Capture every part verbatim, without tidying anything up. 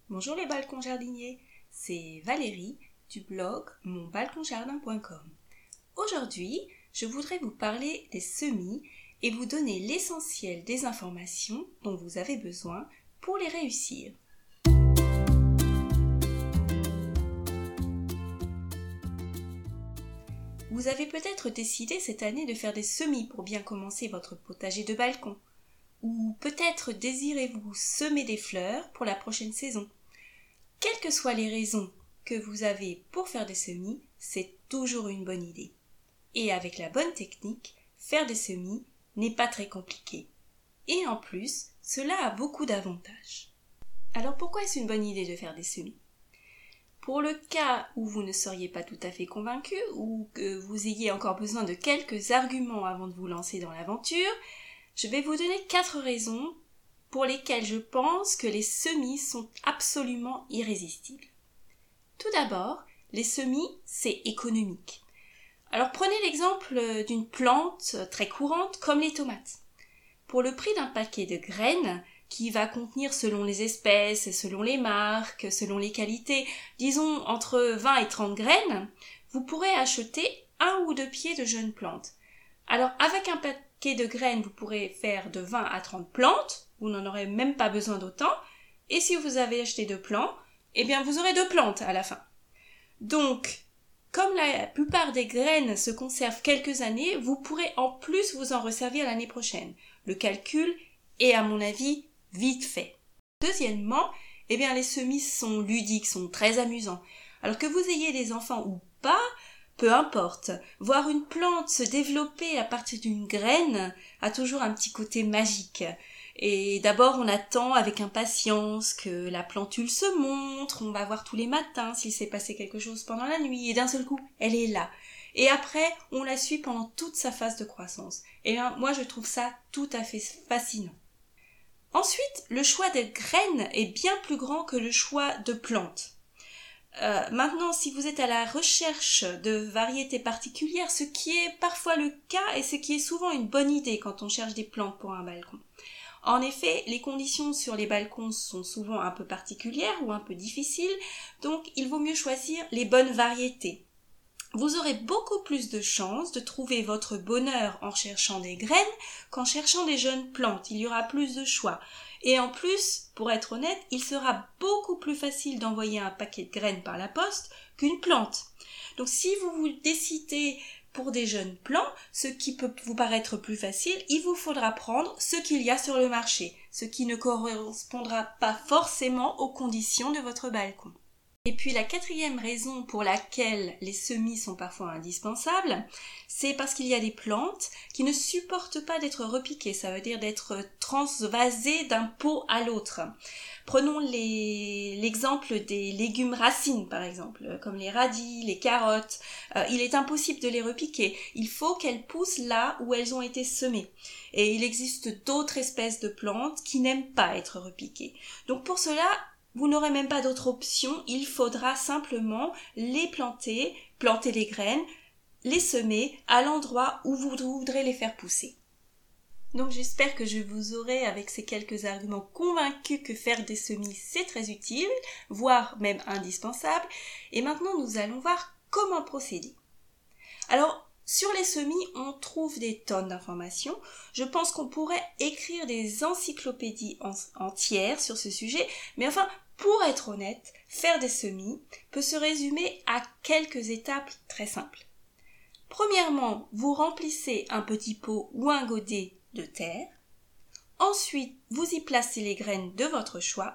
Bonjour les balcons jardiniers, c'est Valérie du blog mon balcon jardin point com. Aujourd'hui, je voudrais vous parler des semis et vous donner l'essentiel des informations dont vous avez besoin pour les réussir. Vous avez peut-être décidé cette année de faire des semis pour bien commencer votre potager de balcon. Ou peut-être désirez-vous semer des fleurs pour la prochaine saison. Quelles que soient les raisons que vous avez pour faire des semis, c'est toujours une bonne idée. Et avec la bonne technique, faire des semis n'est pas très compliqué. Et en plus, cela a beaucoup d'avantages. Alors pourquoi est-ce une bonne idée de faire des semis ? Pour le cas où vous ne seriez pas tout à fait convaincu ou que vous ayez encore besoin de quelques arguments avant de vous lancer dans l'aventure, je vais vous donner quatre raisons pour lesquelles je pense que les semis sont absolument irrésistibles. Tout d'abord, les semis, c'est économique. Alors prenez l'exemple d'une plante très courante comme les tomates. Pour le prix d'un paquet de graines, qui va contenir selon les espèces, selon les marques, selon les qualités, disons entre vingt et trente graines, vous pourrez acheter un ou deux pieds de jeunes plantes. Alors avec un paquet de graines, vous pourrez faire de vingt à trente plantes, vous n'en aurez même pas besoin d'autant, et si vous avez acheté deux plants, eh bien vous aurez deux plantes à la fin. Donc, comme la plupart des graines se conservent quelques années, vous pourrez en plus vous en resservir l'année prochaine. Le calcul est à mon avis vite fait. Deuxièmement, eh bien les semis sont ludiques, sont très amusants. Alors que vous ayez des enfants ou pas, peu importe, voir une plante se développer à partir d'une graine a toujours un petit côté magique. Et d'abord, on attend avec impatience que la plantule se montre, on va voir tous les matins s'il s'est passé quelque chose pendant la nuit, et d'un seul coup, elle est là. Et après, on la suit pendant toute sa phase de croissance. Et bien, moi, je trouve ça tout à fait fascinant. Ensuite, le choix des graines est bien plus grand que le choix de plantes. Euh, maintenant, si vous êtes à la recherche de variétés particulières, ce qui est parfois le cas et ce qui est souvent une bonne idée quand on cherche des plantes pour un balcon. En effet, les conditions sur les balcons sont souvent un peu particulières ou un peu difficiles, donc il vaut mieux choisir les bonnes variétés. Vous aurez beaucoup plus de chances de trouver votre bonheur en cherchant des graines qu'en cherchant des jeunes plantes. Il y aura plus de choix. Et en plus, pour être honnête, il sera beaucoup plus facile d'envoyer un paquet de graines par la poste qu'une plante. Donc si vous vous décidez pour des jeunes plants, ce qui peut vous paraître plus facile, il vous faudra prendre ce qu'il y a sur le marché, ce qui ne correspondra pas forcément aux conditions de votre balcon. Et puis la quatrième raison pour laquelle les semis sont parfois indispensables, c'est parce qu'il y a des plantes qui ne supportent pas d'être repiquées, ça veut dire d'être transvasées d'un pot à l'autre. Prenons les, l'exemple des légumes racines par exemple, comme les radis, les carottes. Euh, il est impossible de les repiquer, il faut qu'elles poussent là où elles ont été semées. Et il existe d'autres espèces de plantes qui n'aiment pas être repiquées. Donc pour cela, vous n'aurez même pas d'autre option, il faudra simplement les planter, planter les graines, les semer à l'endroit où vous voudrez les faire pousser. Donc j'espère que je vous aurai avec ces quelques arguments convaincus que faire des semis c'est très utile, voire même indispensable. Et maintenant nous allons voir comment procéder. Alors sur les semis, on trouve des tonnes d'informations. Je pense qu'on pourrait écrire des encyclopédies en- entières sur ce sujet, mais enfin, pour être honnête, faire des semis peut se résumer à quelques étapes très simples. Premièrement, vous remplissez un petit pot ou un godet de terre. Ensuite, vous y placez les graines de votre choix.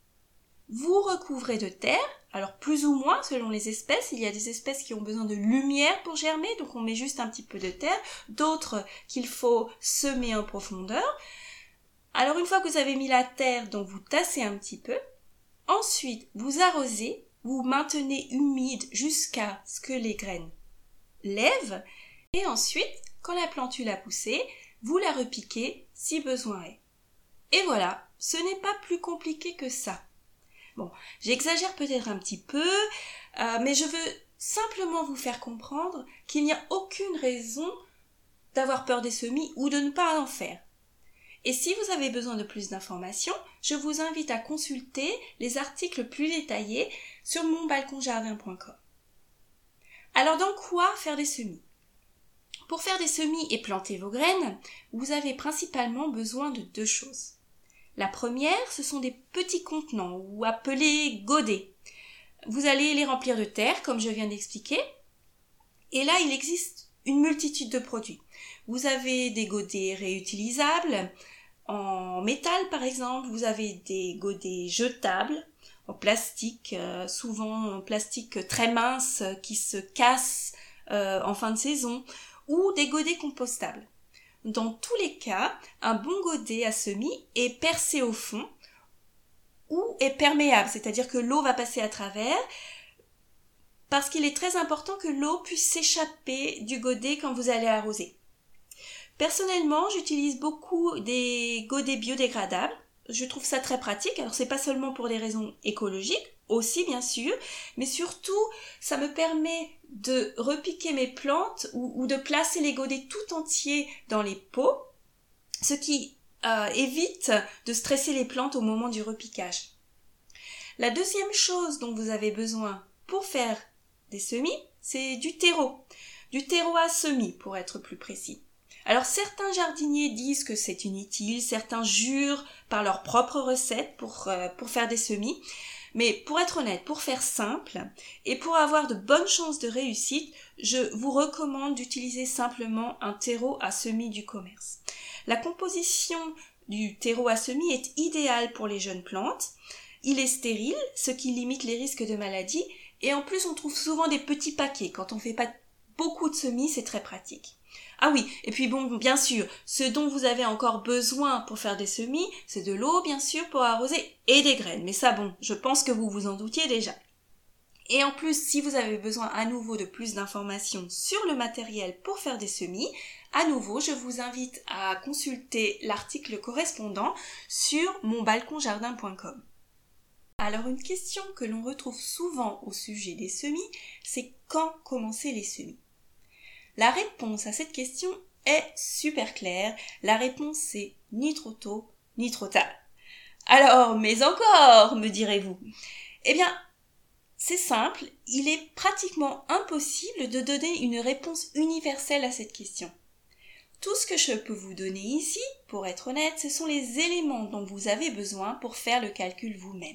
Vous recouvrez de terre, alors plus ou moins selon les espèces. Il y a des espèces qui ont besoin de lumière pour germer, donc on met juste un petit peu de terre. D'autres qu'il faut semer en profondeur. Alors une fois que vous avez mis la terre, donc vous tassez un petit peu. Ensuite, vous arrosez, vous maintenez humide jusqu'à ce que les graines lèvent. Et ensuite, quand la plantule a poussé, vous la repiquez si besoin est. Et voilà, ce n'est pas plus compliqué que ça. Bon, j'exagère peut-être un petit peu, euh, mais je veux simplement vous faire comprendre qu'il n'y a aucune raison d'avoir peur des semis ou de ne pas en faire. Et si vous avez besoin de plus d'informations, je vous invite à consulter les articles plus détaillés sur mon balcon jardin point com. Alors dans quoi faire des semis ? Pour faire des semis et planter vos graines, vous avez principalement besoin de deux choses. La première, ce sont des petits contenants ou appelés godets. Vous allez les remplir de terre, comme je viens d'expliquer. Et là, il existe une multitude de produits. Vous avez des godets réutilisables, en métal par exemple. Vous avez des godets jetables, en plastique, euh, souvent en plastique très mince qui se casse euh, en fin de saison, ou des godets compostables. Dans tous les cas, un bon godet à semis est percé au fond ou est perméable, c'est-à-dire que l'eau va passer à travers, parce qu'il est très important que l'eau puisse s'échapper du godet quand vous allez arroser. Personnellement, j'utilise beaucoup des godets biodégradables. Je trouve ça très pratique. Alors, c'est pas seulement pour des raisons écologiques, aussi bien sûr, mais surtout, ça me permet de repiquer mes plantes ou, ou de placer les godets tout entiers dans les pots, ce qui euh, évite de stresser les plantes au moment du repiquage. La deuxième chose dont vous avez besoin pour faire des semis, c'est du terreau. Du terreau à semis, pour être plus précis. Alors certains jardiniers disent que c'est inutile, certains jurent par leur propre recette pour, euh, pour faire des semis, mais pour être honnête, pour faire simple et pour avoir de bonnes chances de réussite, je vous recommande d'utiliser simplement un terreau à semis du commerce. La composition du terreau à semis est idéale pour les jeunes plantes, il est stérile, ce qui limite les risques de maladie, et en plus on trouve souvent des petits paquets, quand on ne fait pas beaucoup de semis, c'est très pratique. Ah oui, et puis bon, bien sûr, ce dont vous avez encore besoin pour faire des semis, c'est de l'eau, bien sûr, pour arroser, et des graines. Mais ça, bon, je pense que vous vous en doutiez déjà. Et en plus, si vous avez besoin à nouveau de plus d'informations sur le matériel pour faire des semis, à nouveau, je vous invite à consulter l'article correspondant sur mon balcon jardin point com. Alors, une question que l'on retrouve souvent au sujet des semis, c'est quand commencer les semis ? La réponse à cette question est super claire. La réponse c'est ni trop tôt, ni trop tard. Alors, mais encore, me direz-vous. Eh bien, c'est simple, il est pratiquement impossible de donner une réponse universelle à cette question. Tout ce que je peux vous donner ici, pour être honnête, ce sont les éléments dont vous avez besoin pour faire le calcul vous-même.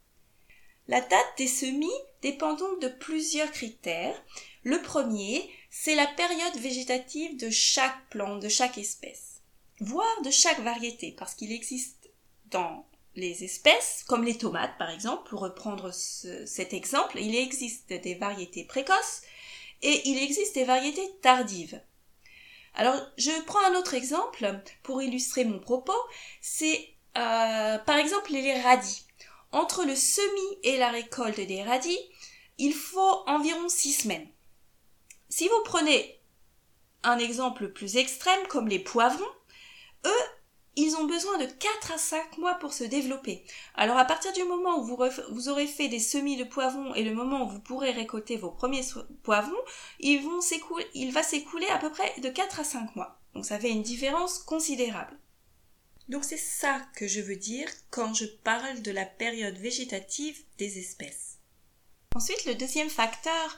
La date des semis dépend donc de plusieurs critères. Le premier, c'est la période végétative de chaque plante, de chaque espèce, voire de chaque variété, parce qu'il existe dans les espèces, comme les tomates par exemple, pour reprendre ce, cet exemple, il existe des variétés précoces et il existe des variétés tardives. Alors, je prends un autre exemple pour illustrer mon propos, c'est euh, par exemple les radis. Entre le semis et la récolte des radis, il faut environ six semaines. Si vous prenez un exemple plus extrême comme les poivrons, eux, ils ont besoin de quatre à cinq mois pour se développer. Alors à partir du moment où vous, ref- vous aurez fait des semis de poivrons et le moment où vous pourrez récolter vos premiers so- poivrons, ils vont s'écouler, il va s'écouler à peu près de quatre à cinq mois. Donc ça fait une différence considérable. Donc c'est ça que je veux dire quand je parle de la période végétative des espèces. Ensuite, le deuxième facteur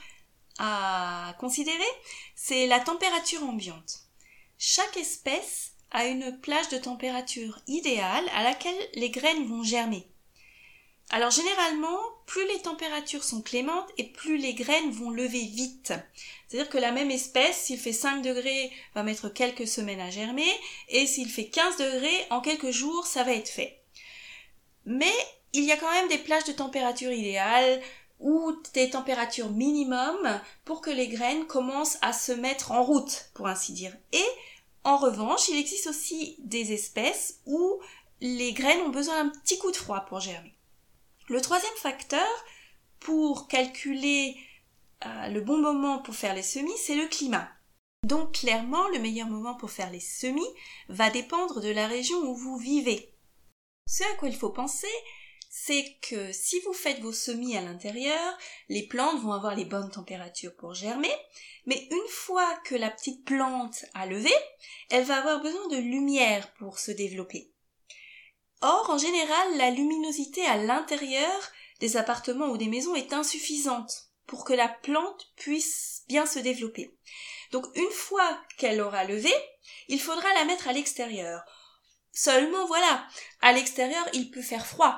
à considérer, c'est la température ambiante. Chaque espèce a une plage de température idéale à laquelle les graines vont germer. Alors généralement, plus les températures sont clémentes et plus les graines vont lever vite. C'est-à-dire que la même espèce, s'il fait cinq degrés, va mettre quelques semaines à germer, et s'il fait quinze degrés, en quelques jours, ça va être fait. Mais il y a quand même des plages de température idéales ou des températures minimum pour que les graines commencent à se mettre en route, pour ainsi dire. Et en revanche, il existe aussi des espèces où les graines ont besoin d'un petit coup de froid pour germer. Le troisième facteur pour calculer euh, le bon moment pour faire les semis, c'est le climat. Donc clairement, le meilleur moment pour faire les semis va dépendre de la région où vous vivez. Ce à quoi il faut penser, c'est que si vous faites vos semis à l'intérieur, les plantes vont avoir les bonnes températures pour germer, mais une fois que la petite plante a levé, elle va avoir besoin de lumière pour se développer. Or, en général, la luminosité à l'intérieur des appartements ou des maisons est insuffisante pour que la plante puisse bien se développer. Donc, une fois qu'elle aura levé, il faudra la mettre à l'extérieur. Seulement, voilà, à l'extérieur, il peut faire froid.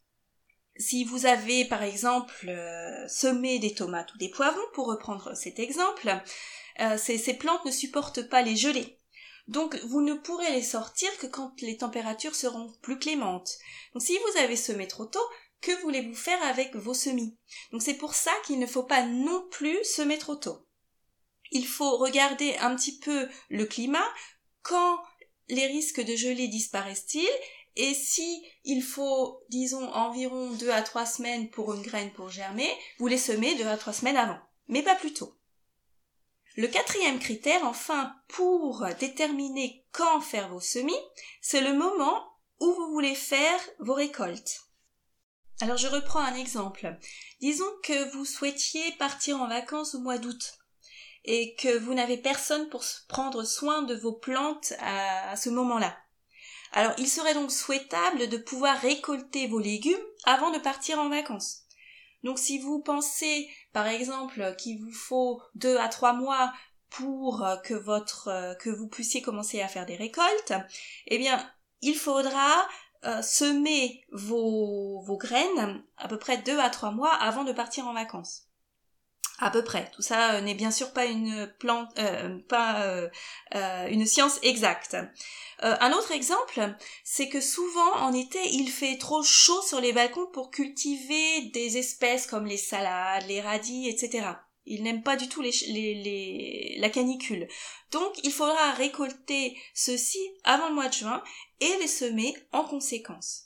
Si vous avez, par exemple, euh, semé des tomates ou des poivrons, pour reprendre cet exemple, euh, ces, ces plantes ne supportent pas les gelées. Donc, vous ne pourrez les sortir que quand les températures seront plus clémentes. Donc, si vous avez semé trop tôt, que voulez-vous faire avec vos semis? Donc, c'est pour ça qu'il ne faut pas non plus semer trop tôt. Il faut regarder un petit peu le climat, quand les risques de gelée disparaissent-ils, et si il faut, disons, environ deux à trois semaines pour une graine pour germer, vous les semez deux à trois semaines avant, mais pas plus tôt. Le quatrième critère, enfin, pour déterminer quand faire vos semis, c'est le moment où vous voulez faire vos récoltes. Alors je reprends un exemple. Disons que vous souhaitiez partir en vacances au mois d'août et que vous n'avez personne pour prendre soin de vos plantes à, à ce moment-là. Alors il serait donc souhaitable de pouvoir récolter vos légumes avant de partir en vacances. Donc si vous pensez par exemple qu'il vous faut deux à trois mois pour que votre que vous puissiez commencer à faire des récoltes, eh bien il faudra euh, semer vos vos graines à peu près deux à trois mois avant de partir en vacances. À peu près. Tout ça euh, n'est bien sûr pas une plante, euh, pas euh, euh, une science exacte. Euh, un autre exemple, c'est que souvent en été, il fait trop chaud sur les balcons pour cultiver des espèces comme les salades, les radis, et cetera. Ils n'aiment pas du tout les, les, les, la canicule. Donc, il faudra récolter ceci avant le mois de juin et les semer en conséquence.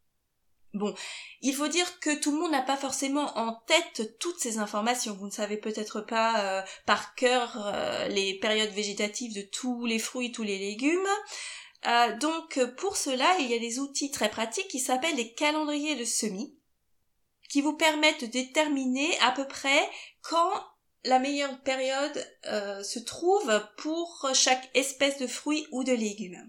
Bon, il faut dire que tout le monde n'a pas forcément en tête toutes ces informations. Vous ne savez peut-être pas euh, par cœur euh, les périodes végétatives de tous les fruits, tous les légumes. Euh, donc pour cela, il y a des outils très pratiques qui s'appellent des calendriers de semis, qui vous permettent de déterminer à peu près quand la meilleure période euh, se trouve pour chaque espèce de fruit ou de légumes.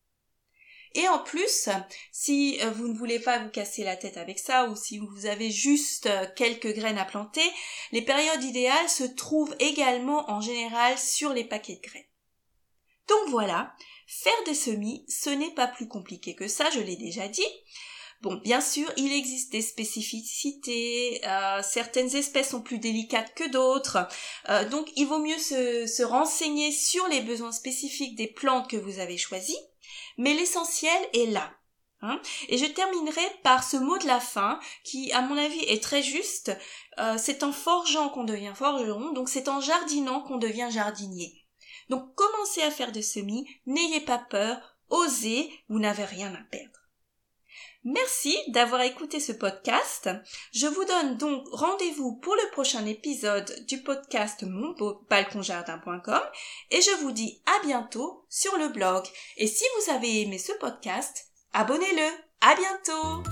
Et en plus, si vous ne voulez pas vous casser la tête avec ça, ou si vous avez juste quelques graines à planter, les périodes idéales se trouvent également en général sur les paquets de graines. Donc voilà, faire des semis, ce n'est pas plus compliqué que ça, je l'ai déjà dit. Bon, bien sûr, il existe des spécificités, euh, certaines espèces sont plus délicates que d'autres, euh, donc il vaut mieux se, se renseigner sur les besoins spécifiques des plantes que vous avez choisies, mais l'essentiel est là. Hein. Et je terminerai par ce mot de la fin qui, à mon avis, est très juste. Euh, c'est en forgeant qu'on devient forgeron, donc c'est en jardinant qu'on devient jardinier. Donc commencez à faire des semis, n'ayez pas peur, osez, vous n'avez rien à perdre. Merci d'avoir écouté ce podcast. Je vous donne donc rendez-vous pour le prochain épisode du podcast mon balcon jardin point com et je vous dis à bientôt sur le blog. Et si vous avez aimé ce podcast, abonnez-le. À bientôt!